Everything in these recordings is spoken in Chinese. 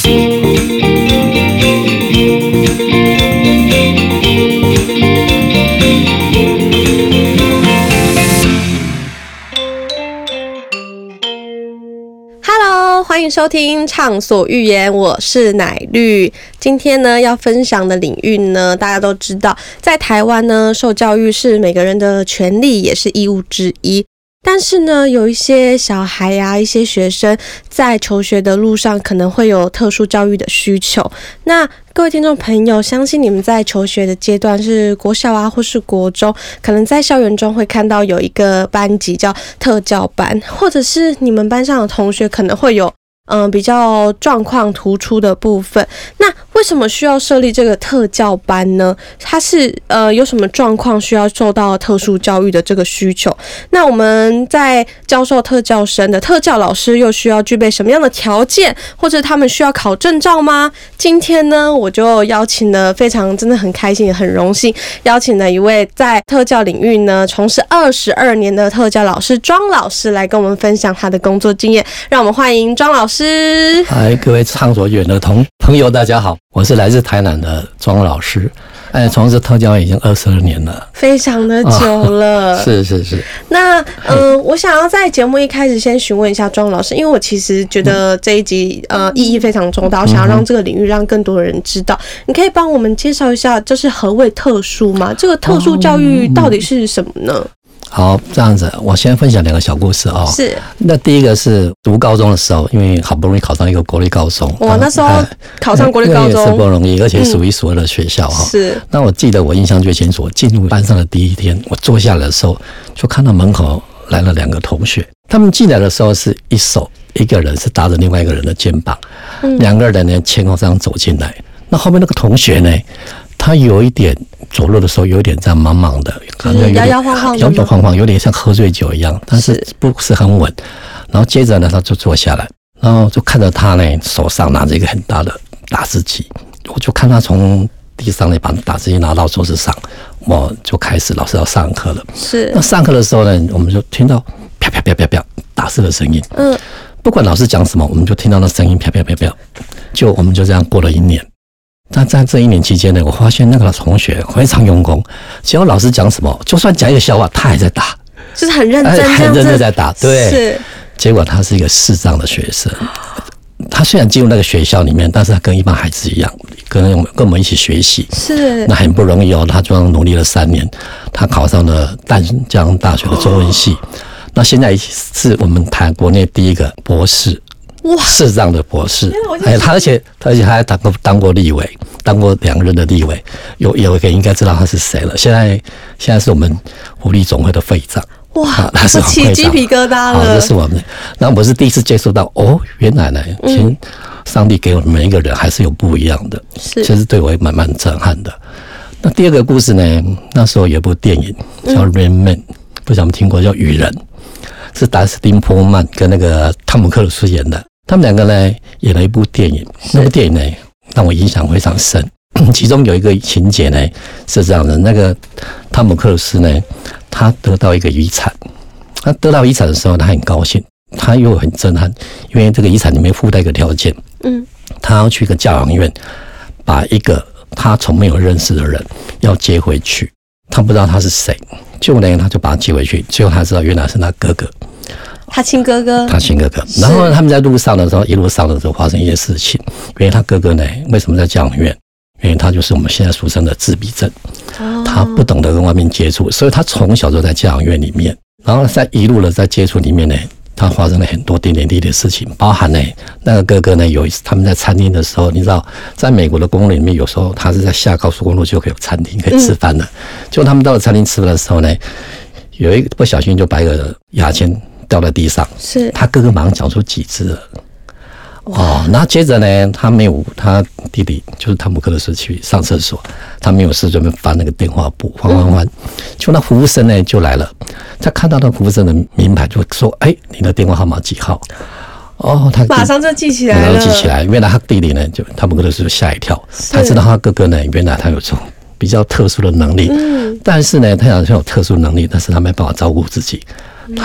欢迎收听畅所欲言，我是奶绿。今天呢要分享的领域呢，大家都知道，在台湾呢，受教育是每个人的权利，也是义务之一。但是呢，有一些小孩啊，一些学生在求学的路上可能会有特殊教育的需求。那各位听众朋友，相信你们在求学的阶段是国小啊，或是国中，可能在校园中会看到有一个班级叫特教班，或者是你们班上的同学可能会有比较状况突出的部分。那为什么需要设立这个特教班呢？它是有什么状况需要受到特殊教育的这个需求？那我们在教授特教生的特教老师又需要具备什么样的条件，或者他们需要考证照吗？今天呢，我就邀请了真的很开心也很荣幸，邀请了一位在特教领域呢从事22年的特教老师庄老师来跟我们分享他的工作经验。让我们欢迎庄老师。 嗨，各位畅所欲言的朋友，大家好，我是来自台南的庄老师。从事特教已经22年了， 非常的久了。 是。 那我想要在节目一开始先询问一下庄老师，因为我其实觉得这一集意义非常重大，我想要让这个领域让更多人知道。你可以帮我们介绍一下，就是何谓特殊吗？这个特殊教育到底是什么呢？ 好，这样子，我先分享2个小故事哦。 是。 那第一个是读高中的时候，因为好不容易考上一个国立高中， 哇，那时候考上国立高中也是不容易，而且数一数二的学校哈。是。那我记得我印象最清楚，进入班上的第一天，我坐下来的时候，就看到门口来了2个同学，他们进来的时候是一个人是搭着另外一个人的肩膀，2个人呢前后这样走进来。那后面那个同学呢，他有一点走路的时候有一点这样茫茫的， 摇摇晃晃， 有点像喝醉酒一样，但是不是很稳。然后接着呢，他就坐下来，然后就看着他呢手上拿着一个很大的打字机，我就看他从地上呢把打字机拿到桌子上，我就开始老师要上课了。是。那上课的时候呢，我们就听到啪啪啪啪啪打字的声音。不管老师讲什么，我们就听到那声音啪啪啪啪，我们就这样过了1年。但在这1年期间呢，我发现那个同学非常用功，只要老师讲什么，就算讲一个笑话，他还在打， 就是很认真， 很认真在打。对， 是。 结果他是一个视障的学生，他虽然进入那个学校里面，但是他跟一般孩子一样，跟我们一起学习，是。那很不容易哦，他这样努力了3年，他考上了淡江大学的中文系，那现在是我们国内第一个博士。哇，视障的博士，而且他还当过立委，当过2任的立委，有一个应该知道他是谁了。现在是我们福利总会的会长。 哇，他是起鸡皮疙瘩了。 这是我们，那我是第一次接触到，原来呢，上帝给我们每一个人还是有不一样的，其实对我也蛮震撼的。那第2个故事呢，那时候有一部电影叫《Rain Man》，不知道有没有听过，叫《雨人》，是达斯汀·波曼跟那个汤姆·克鲁斯演的。他们2个呢演了一部电影，那部电影呢让我印象非常深。其中有一个情节呢是这样的：那个汤姆·克鲁斯呢，他得到一个遗产，他得到遗产的时候，他很高兴，他又很震撼，因为这个遗产里面附带一个条件，他要去一个教养院，把一个他从没有认识的人要接回去，他不知道他是谁，结果呢他就把他接回去，最后他知道原来是他哥哥。 他亲哥哥， 然后他们在路上的时候，一路上的时候发生一些事情。因为他哥哥呢，为什么在教养院？因为他就是我们现在俗称的自闭症，他不懂得跟外面接触，所以他从小就在教养院里面。然后在一路的在接触里面呢，他发生了很多点点滴滴的事情，包含呢那个哥哥呢，有一次他们在餐厅的时候，你知道，在美国的公路里面，有时候他是在下高速公路就可以有餐厅可以吃饭的。结果他们到了餐厅吃饭的时候呢，有一个不小心就把一个牙签掉在地上，是他哥哥马上讲出几只了。然后接着呢，他弟弟就是汤姆克鲁斯去上厕所，他没有事准备翻那个电话簿，翻，就那服务生呢就来了，他看到那服务生的名牌就说：“你的电话号码几号？”他马上就记起来了。 原来他弟弟呢，就汤姆克鲁斯就吓一跳，他知道他哥哥呢，原来他有这种比较特殊的能力，但是呢，他好像有特殊能力，但是他没办法照顾自己，他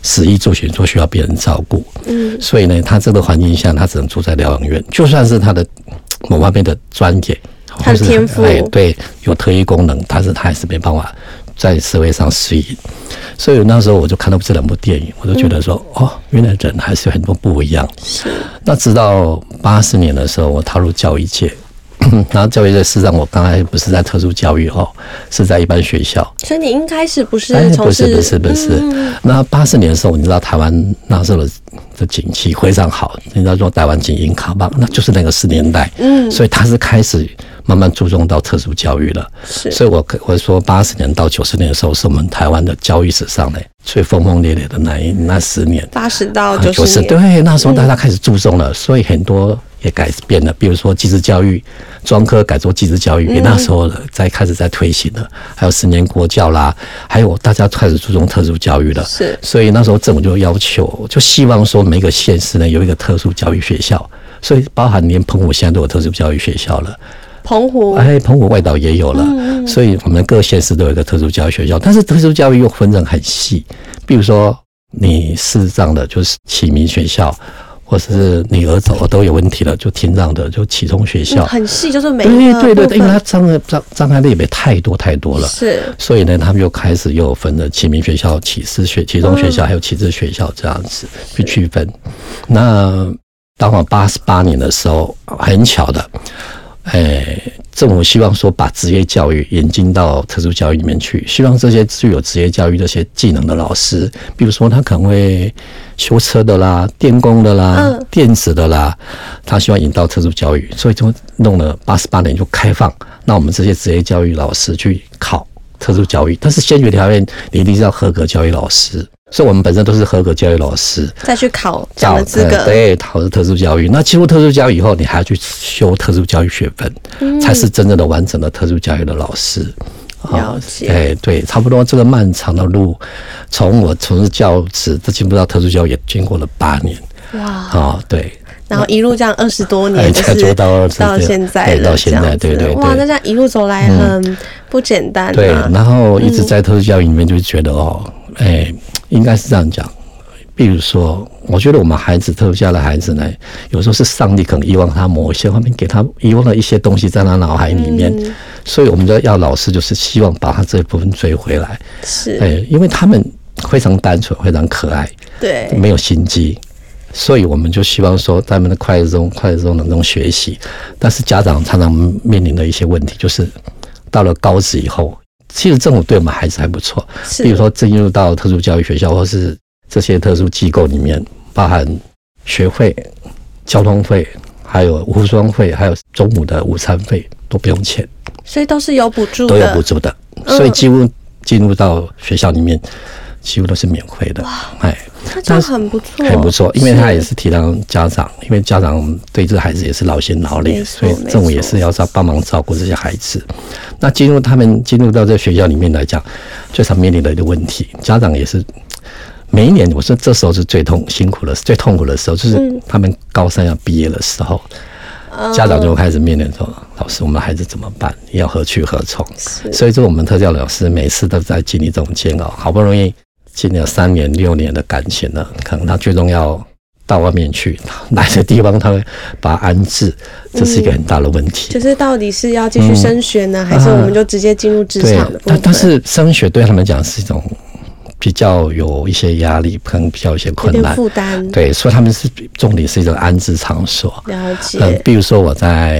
食衣住行都需要别人照顾，所以呢，他这个环境下，他只能住在疗养院。就算是他的某方面的专业， 他的天赋， 对，有特异功能，但是他还是没办法在社会上适应。所以那时候我就看到这两部电影，我就觉得说，原来人还是有很多不一样。 是。 那直到80年的时候，我踏入教育界。然后教育界事实上，我刚才不是在特殊教育是在一般学校。 所以你一开始不是从事？ 不是。那80年的时候，你知道台湾那时候的景气非常好，你知道说台湾精英卡棒，那就是那个10年代。所以他是开始慢慢注重到特殊教育了。 是。 所以我说80年到90年的时候，是我们台湾的教育史上最轰轰烈烈的那10年。 80到90年。 对，那时候大家开始注重了，所以很多也改变了，比如说技职教育，专科改做技职教育，也那时候开始在推行了，还有10年国教啦，还有大家开始注重特殊教育了。 是， 所以那时候政府就要求，就希望说每个县市呢有一个特殊教育学校，所以包含连澎湖现在都有特殊教育学校了。 澎湖外岛也有了，所以我们各县市都有一个特殊教育学校，但是特殊教育又分成很细，比如说你视障的，就是启明学校。或是你儿都有问题了，就听障的就启聪学校， 很细，就是每一个对，因为它障碍类别太多了， 是， 所以呢，他们又开始又分了启明学校、启聪学校，还有启智学校这样子去区分。那当我88年的时候，很巧的，政府希望说把职业教育引进到特殊教育里面去，希望这些具有职业教育这些技能的老师，比如说他可能会修车的啦、电工的啦、电子的啦，他希望引到特殊教育，所以就弄了88年就开放，那我们这些职业教育老师去考特殊教育，但是先决条件你一定是要合格教育老师。所以我们本身都是合格教育老师， 再去考这样的资格， 对，考特殊教育。那进入特殊教育以后，你还要去修特殊教育学分，才是真正的完整的特殊教育的老师。 了解， 对，差不多这个漫长的路，从我从事教职到进入到特殊教育，也经过了8年。 哇， 对。 然后一路这样20多年，就是到现在了， 到现在，对。 哇，那这样一路走来很不简单啊。 对，然后一直在特殊教育里面，就觉得应该是这样讲。比如说，我觉得我们孩子特殊教育的孩子呢，有时候是上帝可能遗忘他某一些方面，给他遗忘了一些东西在他脑海里面，所以我们就要老师就是希望把他这一部分追回来。 是， 因为他们非常单纯，非常可爱， 对， 没有心机。所以我们就希望说，在他们的快乐中能学习。但是家长常常面临的一些问题，就是到了高职以后，其实政府对我们孩子还不错。比如说进入到特殊教育学校，或是这些特殊机构里面，包含学费、交通费，还有服装费，还有中午的午餐费都不用钱， 所以都是有补助的， 都有补助的。所以几乎进入到学校里面，几乎都是免费的。 哇，那这样很不错， 很不错，因为他也是体谅家长，因为家长对这个孩子也是劳心劳力，所以政府也是要帮忙照顾这些孩子。那他们进入到这个学校里面来讲，最常面临的一个问题，家长也是每一年，我说这时候是最辛苦的、最痛苦的时候，就是他们高3要毕业的时候，家长就开始面临说：“老师，我们的孩子怎么办？要何去何从？”所以说，我们特教老师每次都在经历这种煎熬，好不容易经历了3年、6年的感情了，可能他最终要到外面去，来的地方他会把他安置，这是一个很大的问题。 就是到底是要继续升学呢，还是我们就直接进入职场的部分？ 但是升学对他们讲是一种比较有一些压力，可能比较有一些困难、 负担。对， 所以他们是重点是一种安置场所。 了解。 比如说我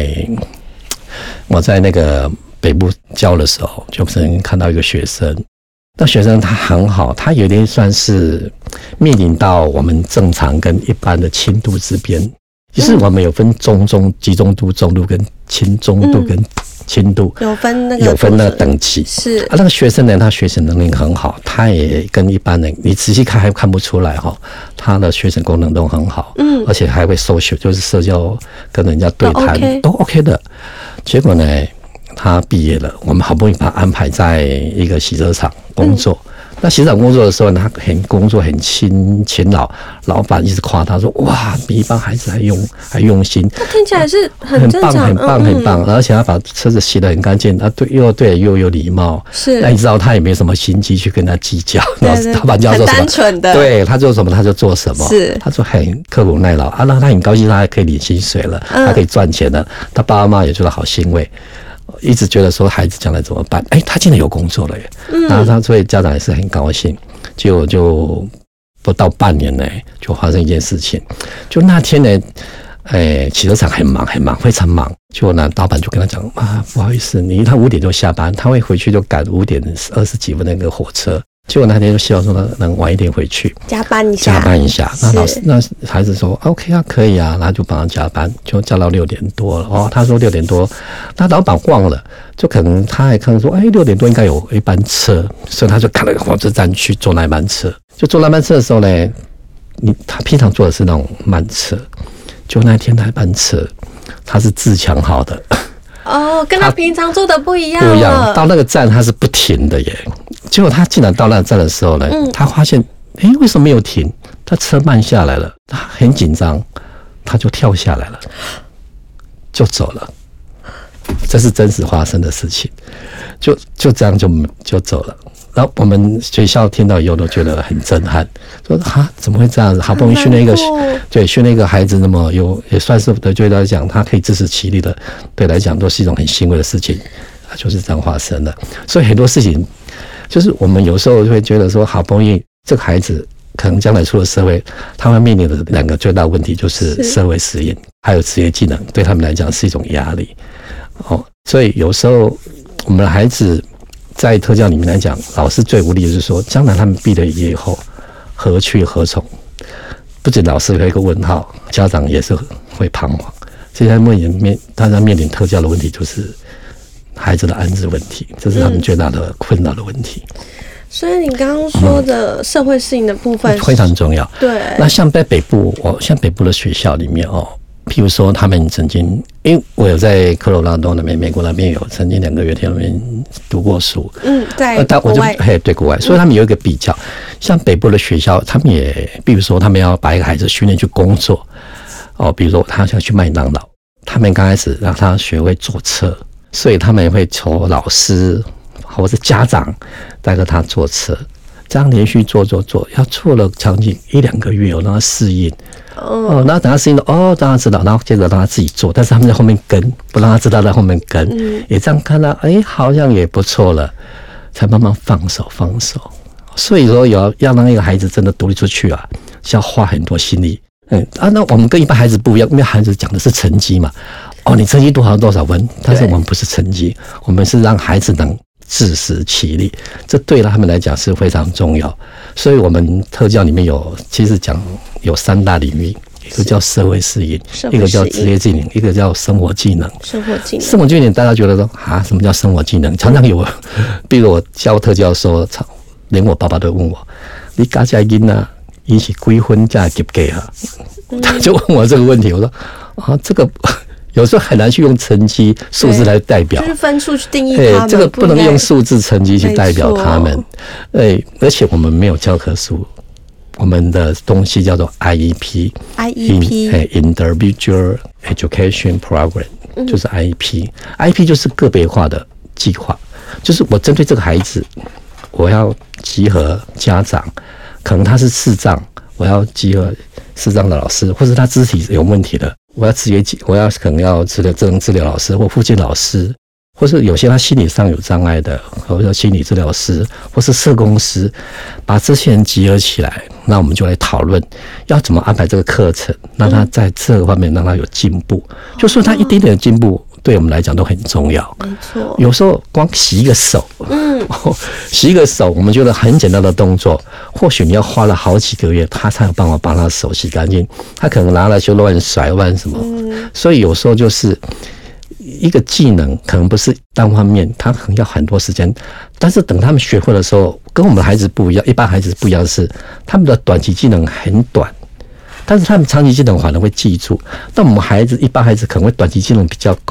在那个北部教的时候，就曾经看到一个学生。那学生他很好，他有点算是面临到我们正常跟一般的轻度之边，就是我们有分集中度、重度跟轻中度跟轻度，有分那个等级。 是那个学生呢，他学习能力很好，他也跟一般人你仔细看还看不出来他的学习功能都很好，而且还会social，就是社交跟人家对谈都 OK 的。结果呢，他毕业了，我们好不容易把他安排在一个洗车场工作， 那洗澡工作的时候呢，他工作很勤劳，老板一直夸他说：“哇，比一般孩子还用心。” 那听起来是很正常， 很棒，而且他把车子洗得很干净，他对又有礼貌。 是， 那你知道他也没什么心机去跟他计较， 对， 老板叫做什么？ 很单纯的， 对，他做什么他就做什么。 是， 他就很刻苦耐劳啊，那他很高兴，他还可以领薪水了，他可以赚钱了，他爸爸妈妈也觉得好欣慰。一直觉得说孩子将来怎么办？他竟然有工作了耶！然后所以家长也是很高兴。结果就不到半年呢，就发生一件事情。就那天呢，汽车厂很忙，非常忙。结果呢，老板就跟他讲啊，不好意思，他5点就下班，他会回去就赶5点20几分那个火车。结果那天就希望说能晚一点回去， 加班一下。 那孩子说 OK 啊，可以啊，然后就帮他加班，就加到6点多了。哦，他说6点多，那老板忘了，就可能他还看说，6点多应该有一班车，所以他就赶了火车站去坐那班车。就坐那班车的时候呢，他平常坐的是那种慢车，就那天那班车他是自强号的。 哦，跟他平常做的不一样。 到那个站他是不停的耶。结果他竟然到那个站的时候呢，他发现，为什么没有停？他车慢下来了，他很紧张，他就跳下来了，就走了。这是真实发生的事情，就这样就走了。然后我们学校听到以后都觉得很震撼，说怎么会这样子？好不容易训练一个孩子，那么也算是对他来讲，他可以自食其力的，对来讲都是一种很欣慰的事情，就是这样发生的。所以很多事情，就是我们有时候会觉得说，好不容易这个孩子可能将来出了社会，他会面临的2个最大的问题就是社会适应，还有职业技能，对他们来讲是一种压力。所以有时候我们的孩子在特教里面来讲，老师最无力的是说，将来他们毕了业以后何去何从？不仅老师会有一个问号，家长也是会彷徨。现在大家面临特教的问题，就是孩子的安置问题，这是他们最大的困扰的问题。 所以你刚刚说的社会适应的部分非常重要。 对。 那像在北部的学校里面譬如说，他们曾经，因为我有在科罗拉多那边，美国那边有曾经2个月在那边读过书， 在国外， 对国外，所以他们有一个比较，像北部的学校，他们也，比如说他们要把一个孩子训练去工作，比如说他想去麦当劳，他们刚开始让他学会坐车，所以他们也会求老师或是家长带着他坐车，这样连续坐，要坐了将近1-2个月，让他适应。然后等他适应了，让他知道，然后接着让他自己做，但是他们在后面跟，不让他知道在后面跟，也这样看到，好像也不错了，才慢慢放手。所以说要让一个孩子真的独立出去啊，是要花很多心力。那我们跟一般孩子不一样，因为孩子讲的是成绩嘛，你成绩多少分，但是我们不是成绩，我们是让孩子能自食其力，这对他们来讲是非常重要。所以我们特教里面其实讲有3大领域，一个叫社会适应，一个叫职业技能，一个叫生活技能。生活技能大家觉得说什么叫生活技能？常常有，比如我教特教的时候，连我爸爸都问我，你家这囡仔伊是几分才及格啊？他就问我这个问题，我说这个有时候很难去用成绩数字来代表， 就是分数去定义他们， 这个不能用数字成绩去代表他们。而且我们没有教科书，我们的东西叫做 IEP，Individual Education Program， 就是 IEP 就是个别化的计划，就是我针对这个孩子，我要集合家长，可能他是视障，我要集合视障的老师，或者他肢体有问题的。我可能要智能治疗老师或复健老师，或是有些他心理上有障碍的，或者心理治疗师，或是社工师，把这些人集合起来，那我们就来讨论要怎么安排这个课程，让他在这个方面让他有进步。就说他一点点的进步，对我们来讲都很重要。 没错， 有时候光洗一个手，洗一个手，我们觉得很简单的动作，或许你要花了好几个月，他才有办法把他手洗干净。他可能拿来就乱甩乱什么，所以有时候就是一个技能，可能不是单方面，他可能要很多时间。但是等他们学会的时候，跟我们的孩子不一样，一般孩子不一样的是，他们的短期技能很短。但是他们长期技能反而会记住，但我们一般孩子可能会短期技能比较够，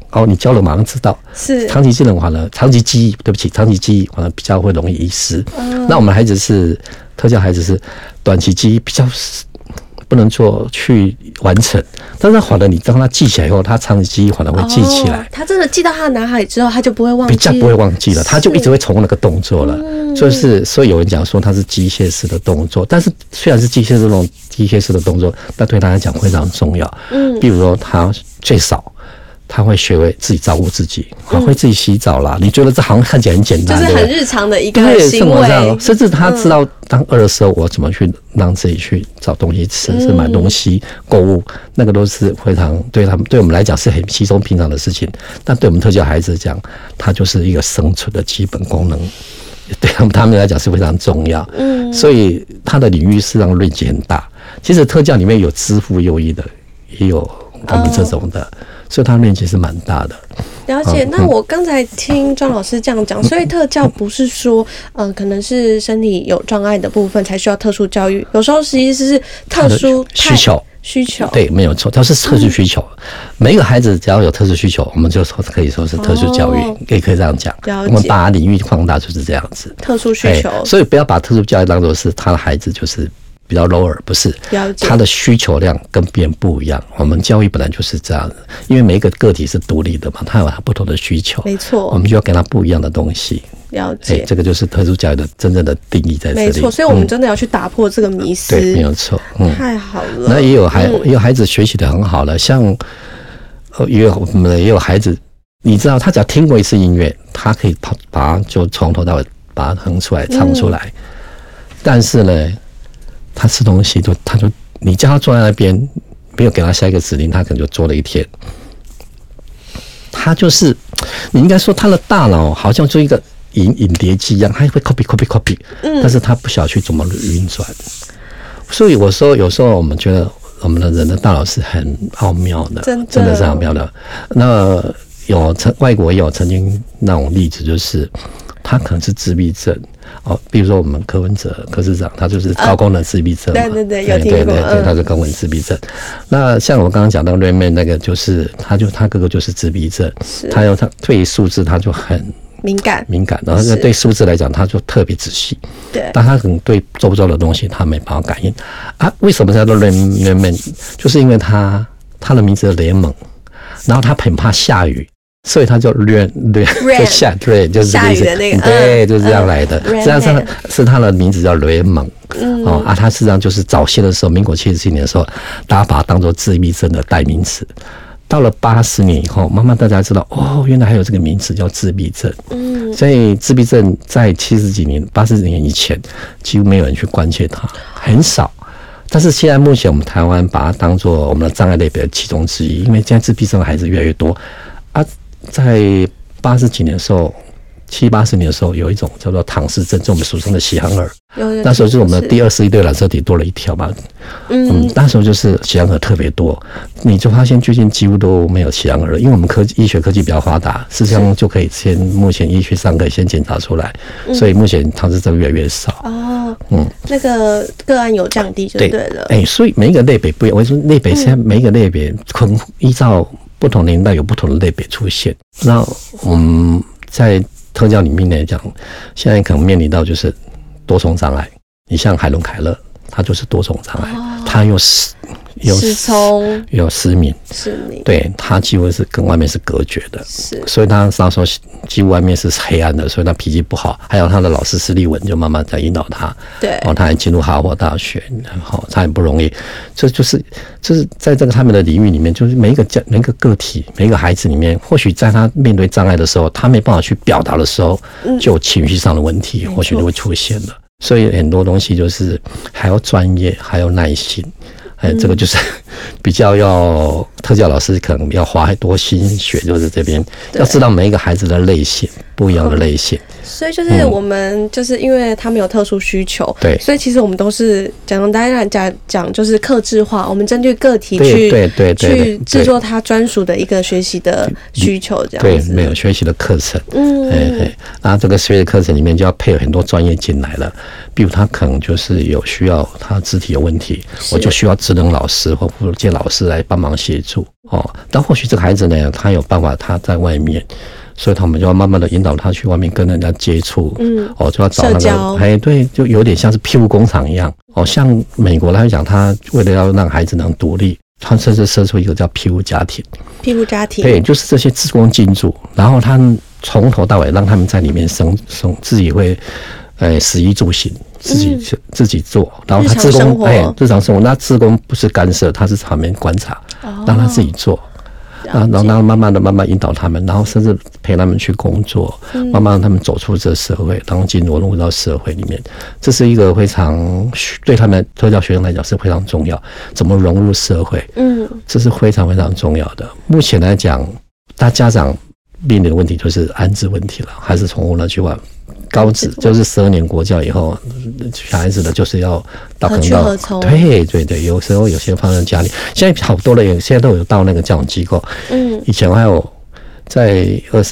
你教了马上知道。 是长期技能反而长期记忆，对不起，长期记忆反而比较会容易遗失。那我们孩子是特教孩子是短期记忆比较不能做去完成，但是反而你让他记起来以后，他长期记忆反而会记起来。 他真的记到他的脑海之后，他就不会忘记， 比较不会忘记了，他就一直会重复那个动作了。所以有人讲说他是机械式的动作，但是虽然是机械式的动作，但对他来讲非常重要。比如说他最少他会学会自己照顾自己，会自己洗澡啦。你觉得这好像看起来很简单， 就是很日常的一个行为， 为。 甚至他知道当饿的时候，我怎么去让自己去找东西吃，是买东西、购物，那个都是非常对我们来讲是很稀松平常的事情。但对我们特教孩子讲，它就是一个生存的基本功能，对他们来讲是非常重要。所以它的领域是让论据很大。其实特教里面有资赋优异的，也有我们这种的。所以它面积是蛮大的。 了解。那我刚才听庄老师这样讲，所以特教不是说，可能是身体有障碍的部分才需要特殊教育，有时候其实是特殊需求。对，没有错，它是特殊需求。每一个孩子只要有特殊需求，我们就可以说是特殊教育，也可以这样讲。我们把领域放大就是这样子。特殊需求。所以不要把特殊教育当作是他的孩子就是比较 lower， 不是，他的需求量跟别人不一样。我们教育本来就是这样的，因为每一个个体是独立的嘛，他有他不同的需求，没错，我们就要给他不一样的东西。了解，这个就是特殊教育的真正的定义在这里。没错，所以我们真的要去打破这个迷思。 对，没有错。 太好了。 那也有孩子学习的很好了，像也有孩子，你知道，他只要听过一次音乐，他可以把它就从头到尾把它哼出来、唱出来。但是呢，他吃东西你叫他坐在那边，没有给他下一个指令，他可能就坐了一天。他就是，你应该说他的大脑好像就一个影碟机一样，他会 copy， 但是他不晓得去怎么运转。所以我说，有时候我们觉得我们的人的大脑是很奥妙的，真的是奥妙的。那外国也有曾经那种例子，就是他可能是自闭症。比如说我们柯文哲柯市长，他就是高功能自闭症嘛， 对，有听过， 对，他是高功能自闭症。那像我刚刚讲到瑞妹那个，就是他哥哥就是自闭症，他对于数字他就很敏感，然后对数字来讲他就特别仔细，对，但他可能对周遭的东西他没办法感应啊。为什么叫做瑞妹？就是因为他的名字叫联盟，然后他很怕下雨。所以他就就下，对，就是这个意思。下雨的那个，对，就是这样来的。实际上是他的名字叫雷蒙。他实际上就是早些的时候，民国77年的时候，大家把它当作自闭症的代名词。到了80年以后，慢慢大家知道，原来还有这个名词叫自闭症。所以自闭症在70几年、80年以前，几乎没有人去关切它，很少。但是现在目前我们台湾把它当作我们的障碍类别的其中之一，因为现在自闭症的孩子越来越多啊。在80几年的时候，70、80年的时候，有一种叫做唐氏症，就我们俗称的喜憨儿。那时候就是我们的第21对染色体多了一条嘛。那时候就是喜憨儿特别多，你就发现最近几乎都没有喜憨儿了，因为我们医学科技比较发达，事实上就可以目前医学上可以先检查出来，所以目前唐氏症越来越少。 那个个案有降低就对了。 所以每一个类别不一样，我说类别现在每一个类别依照不同年代有不同的类别出现。那我们在特教里面来讲，现在可能面临到就是多重障碍。你像海伦凯勒，他就是多重障碍，他有失聪，有失明，对，他几乎是跟外面是隔绝的，所以他那时候几乎外面是黑暗的，所以他脾气不好。还有他的老师施丽文就慢慢在引导他，对，他还进入哈佛大学，他很不容易。就是在这个他们的领域里面，就是每一个个体，每一个孩子里面，或许在他面对障碍的时候，他没办法去表达的时候，就有情绪上的问题，或许就会出现了。所以很多东西就是还要专业，还要耐心。这个就是比较要特教老师可能要花很多心血，就是这边要知道每一个孩子的类型不一样的类型。 所以就是我们就是因为他们有特殊需求， 对， 所以其实我们都是讲大家讲就是客制化，我们针对个体去制作他专属的一个学习的需求，这样子。 对，没有学习的课程，然后这个学习课程里面就要配合很多专业进来了，比如他可能就是有需要他肢体有问题，我就需要职能老师或附件老师来帮忙协助但或许这个孩子呢，他有办法他在外面。所以他们就要慢慢的引导他去外面跟人家接触，就要找那个，对，就有点像是庇护工厂一样，像美国来讲，他为了要让孩子能独立，他甚至设出一个叫庇护家庭，对，就是这些志工进驻，然后他从头到尾让他们在里面生自己会，食衣住行自己做，然后他志工，日常生活，那志工不是干涉，他是旁边观察，让他自己做。然后慢慢引导他们，然后甚至陪他们去工作，慢慢让他们走出这个社会，然后融入到社会里面。这是一个非常对他们特教学生来讲是非常重要，怎么融入社会，这是非常非常重要的。目前来讲，大家长面临的问题就是安置问题了，还是从我那句话。高职就是12年国教以后，小孩子的就是要到可能到对，有时候有些放在家里，现在好多了，现在都有到那个教养机构。以前还有在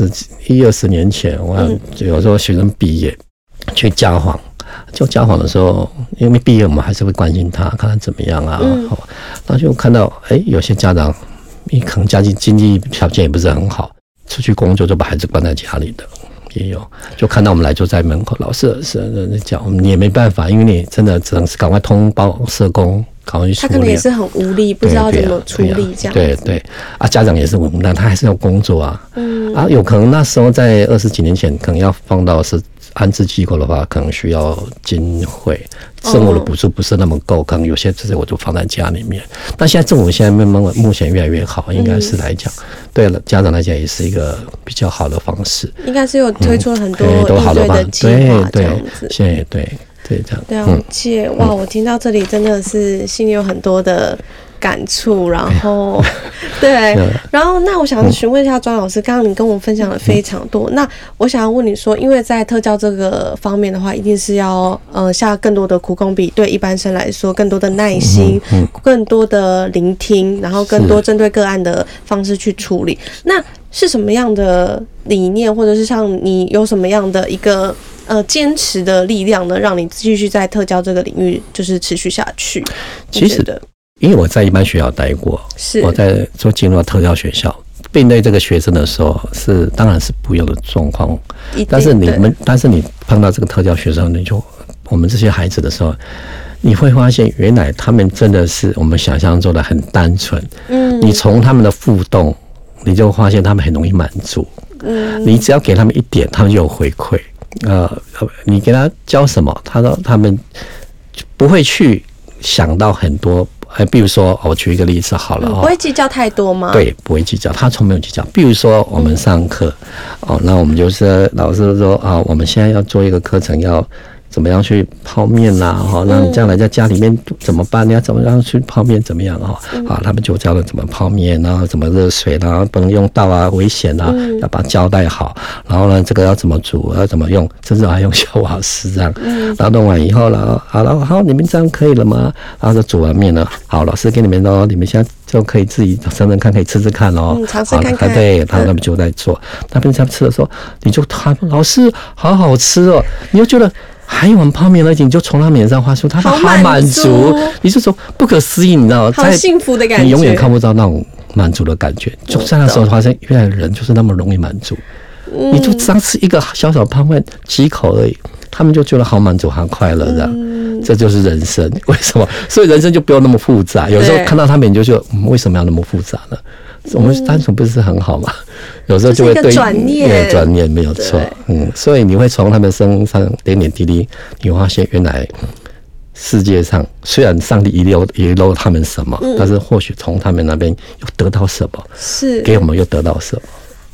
20年前，我有时候学生毕业去家访，就家访的时候，因为毕业我们还是会关心他，看他怎么样啊。那就看到有些家长，可能家境经济条件也不是很好，出去工作就把孩子关在家里的。也有，就看到我们来就在门口，老师讲，你也没办法，因为你真的只能是赶快通报社工，赶快去处理。 他可能也是很无力，不知道怎么处理这样。 对家长也是无奈，他还是要工作啊。有可能那时候在20几年前，可能要放到是安置机构的话，可能需要经费，生活的补助不是那么够，可能有些这些我就放在家里面。但现在政府现在目前越来越好，应该是来讲，对了，家长来讲也是一个比较好的方式。 应该是有推出了很多应对的计划，这样子。 现在也对这样。 了解，哇！我听到这里真的是心里有很多的感触，然后对，然后那我想询问一下庄老师，刚刚你跟我分享了非常多，那我想要问你说，因为在特教这个方面的话，一定是要下更多的苦功，比对一般生来说更多的耐心，更多的聆听，然后更多针对个案的方式去处理。那是什么样的理念，或者是像你有什么样的一个坚持的力量呢，让你继续在特教这个领域就是持续下去？ 其实的。因为我在一般学校待过，我在进入到特教学校，面对这个学生的时候，当然是不一样的状况。但是你碰到这个特教学生，我们这些孩子的时候，你会发现原来他们真的是我们想象中的很单纯。你从他们的互动，你就发现他们很容易满足。你只要给他们一点，他们就有回馈。你给他教什么，他们不会去想到很多。比如说，我举一个例子好了， 不会计较太多吗？ 对，不会计较，他从没有计较。比如说我们上课，那我们就是老师说我们现在要做一个课程，要怎么样去泡面啦？那你将来在家里面怎么办？你要怎么样去泡面？怎么样他们就教了怎么泡面，然后怎么热水，然后不能用刀啊，危险啊，要把胶带好。然后呢，这个要怎么煮，要怎么用，甚至还用小瓦斯这样。然后弄完以后了，好，你们这样可以了吗？然后就煮完面了，好，老师给你们你们现在就可以自己生生看，可以吃吃看尝试看看。 对，他们就在做。他们在吃的时候，你就老师好好吃哦，你就觉得。还有碗泡面而已，你就从他脸上画出他的好满足，你就说不可思议，你知道吗？ 好幸福的感觉， 你永远看不到那种满足的感觉。就在那时候发现，原来人就是那么容易满足。你就这样吃一个小小泡面几口而已，他们就觉得好满足、好快乐这样。这就是人生，为什么？所以人生就不用那么复杂。有时候看到他们，你就觉得为什么要那么复杂呢？我们单纯不是很好吗？有时候就会对转念没有错，所以你会从他们身上点点滴滴，你会发现原来世界上虽然上帝遗漏他们什么，但是或许从他们那边又得到什么，是给我们又得到什么。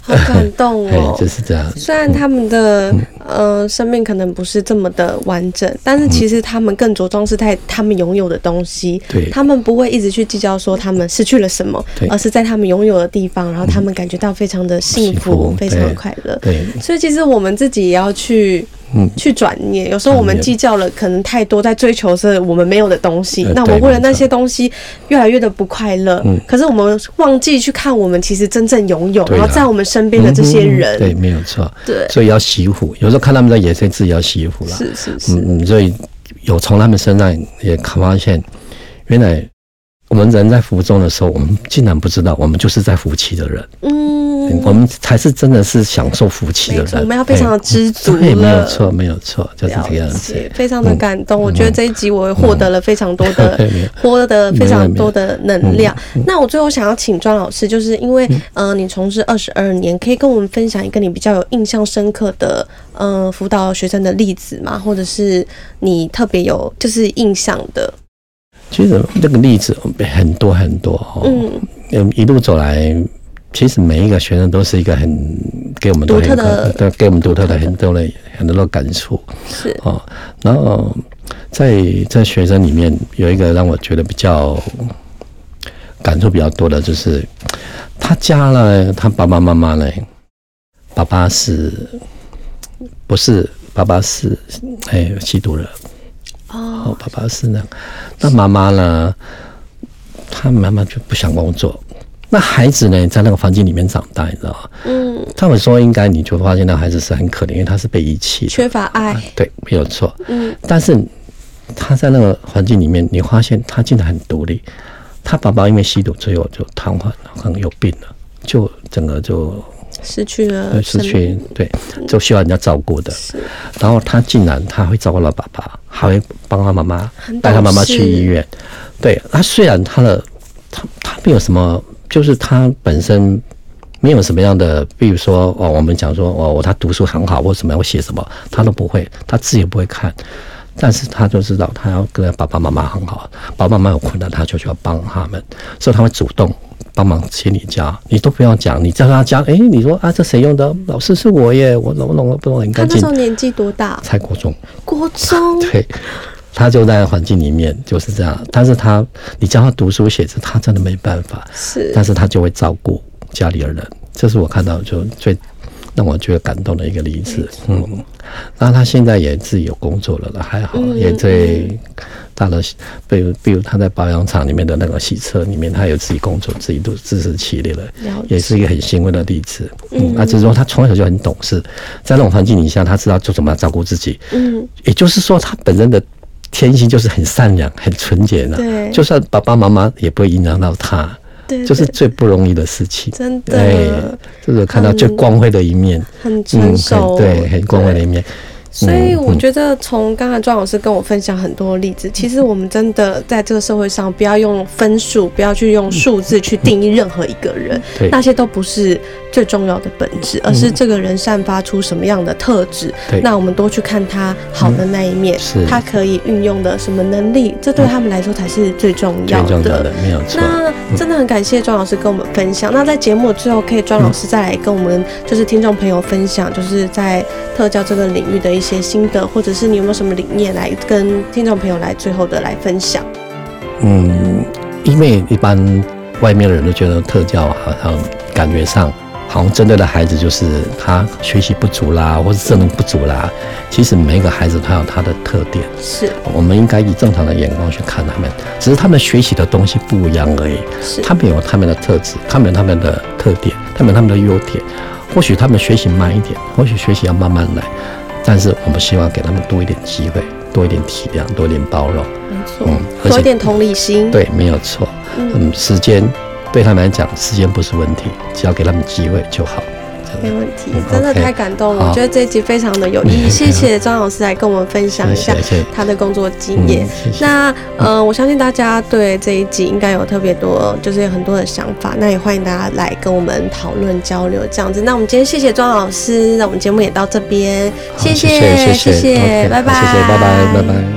好感动哦， 就是这样。 虽然他们的生命可能不是这么的完整，但是其实他们更着重是在他们拥有的东西， 对， 他们不会一直去计较说他们失去了什么，而是在他们拥有的地方，然后他们感觉到非常的幸福，非常的快乐。 对， 所以其实我们自己也要去转念，有时候我们计较了可能太多，在追求是我们没有的东西，那我们为了那些东西越来越的不快乐，可是我们忘记去看我们其实真正拥有，然后在我们身边的这些人， 对，没有错， 对， 所以要惜福。有时候看他们在野生，自己要惜福了， 是， 所以有从他们身上也发现，原来我们人在福中的时候，我们竟然不知道，我们就是在福气的人。我们才是真的是享受福气的人。 我们要非常的知足了。 对，没有错，没有错，就是这个样子。 非常的感动。我觉得这一集我获得了非常多的，获得非常多的能量。那我最后想要请庄老师，就是因为你从事22年，可以跟我们分享一个你比较有印象深刻的辅导学生的例子吗？或者是你特别有就是印象的？ 其实这个例子很多很多一路走来。其实每一个学生都是一个很给我们独特的，给我们独特的很多的感触。 是然后在学生里面有一个让我觉得比较感触比较多的，就是他家呢，他爸爸妈妈呢，爸爸是吸毒了。爸爸是那妈妈呢，他妈妈就不想工作。那孩子呢，在那个环境里面长大，你知道吗？他们说应该你就发现那孩子是很可怜，因为他是被遗弃的， 缺乏爱。对， 没有错。但是他在那个环境里面，你发现他竟然很独立。他爸爸因为吸毒最后就瘫痪了，可能有病了，就整个就失去了， 对，就需要人家照顾的。然后他竟然他会照顾到爸爸，还会帮他妈妈带他妈妈去医院。对，他虽然他没有什么。就是他本身没有什么样的，比如说我们讲说他读书很好或什么，我写什么他都不会，他字也不会看，但是他就知道他要跟爸爸妈妈很好，爸爸妈妈有困难他就需要帮他们，所以他会主动帮忙请你家，你都不要讲，你叫他讲，你说这谁用的？老师是我耶，我弄得不很干净。 他那时候年纪多大？ 才国中。对。他就在环境里面就是这样，但是你教他读书写字，他真的没办法。但是他就会照顾家里的人，这是我看到就最让我觉得感动的一个例子。那他现在也自己有工作了，还好，也最大的，比如他在保养厂里面的那个洗车里面，他有自己工作，自己都自食其力了，也是一个很欣慰的例子。只是说他从小就很懂事，在那种环境底下，他知道就怎么样照顾自己。也就是说他本身的天性就是很善良、很纯洁的，就算爸爸妈妈也不会影响到他，就是最不容易的事情。 真的， 就是看到最光辉的一面， 很成熟， 对，很光辉的一面。 所以我觉得从刚才庄老师跟我分享很多例子，其实我们真的在这个社会上，不要用分数，不要去用数字去定义任何一个人，那些都不是最重要的本质，而是这个人散发出什么样的特质。那我们多去看他好的那一面，他可以运用的什么能力，这对他们来说才是最重要的。 没有错。 那真的很感谢庄老师跟我们分享。那在节目之后，可以庄老师再来跟我们就是听众朋友分享，就是在特教这个领域的一些心得，或者是你有没有什么理念来跟听众朋友来最后的来分享？ 因为一般外面的人都觉得特教好像感觉上好像针对的孩子就是他学习不足啦，或是智能不足啦。其实每一个孩子他有他的特点，我们应该以正常的眼光去看他们，只是他们学习的东西不一样而已。他们有他们的特质，他们有他们的特点，他们有他们的优点。或许他们学习慢一点，或许学习要慢慢来，但是我们希望给他们多一点机会，多一点体谅，多一点包容。 没错，多一点同理心。 对，没有错。时间对他们来讲，时间不是问题，只要给他们机会就好。 没问题，真的太感动了。我觉得这一集非常的有意义，谢谢庄老师来跟我们分享一下他的工作经验。那我相信大家对这一集应该有特别多，就是有很多的想法。那也欢迎大家来跟我们讨论交流这样子。那我们今天谢谢庄老师，那我们节目也到这边，谢谢，拜拜， 谢谢，拜拜，拜拜。